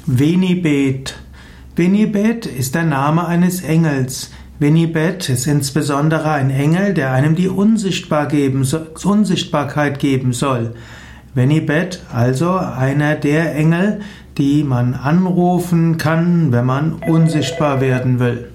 Venibet. Venibet ist der Name eines Engels. Venibet ist insbesondere ein Engel, der einem die Unsichtbarkeit geben soll. Venibet, also einer der Engel, die man anrufen kann, wenn man unsichtbar werden will.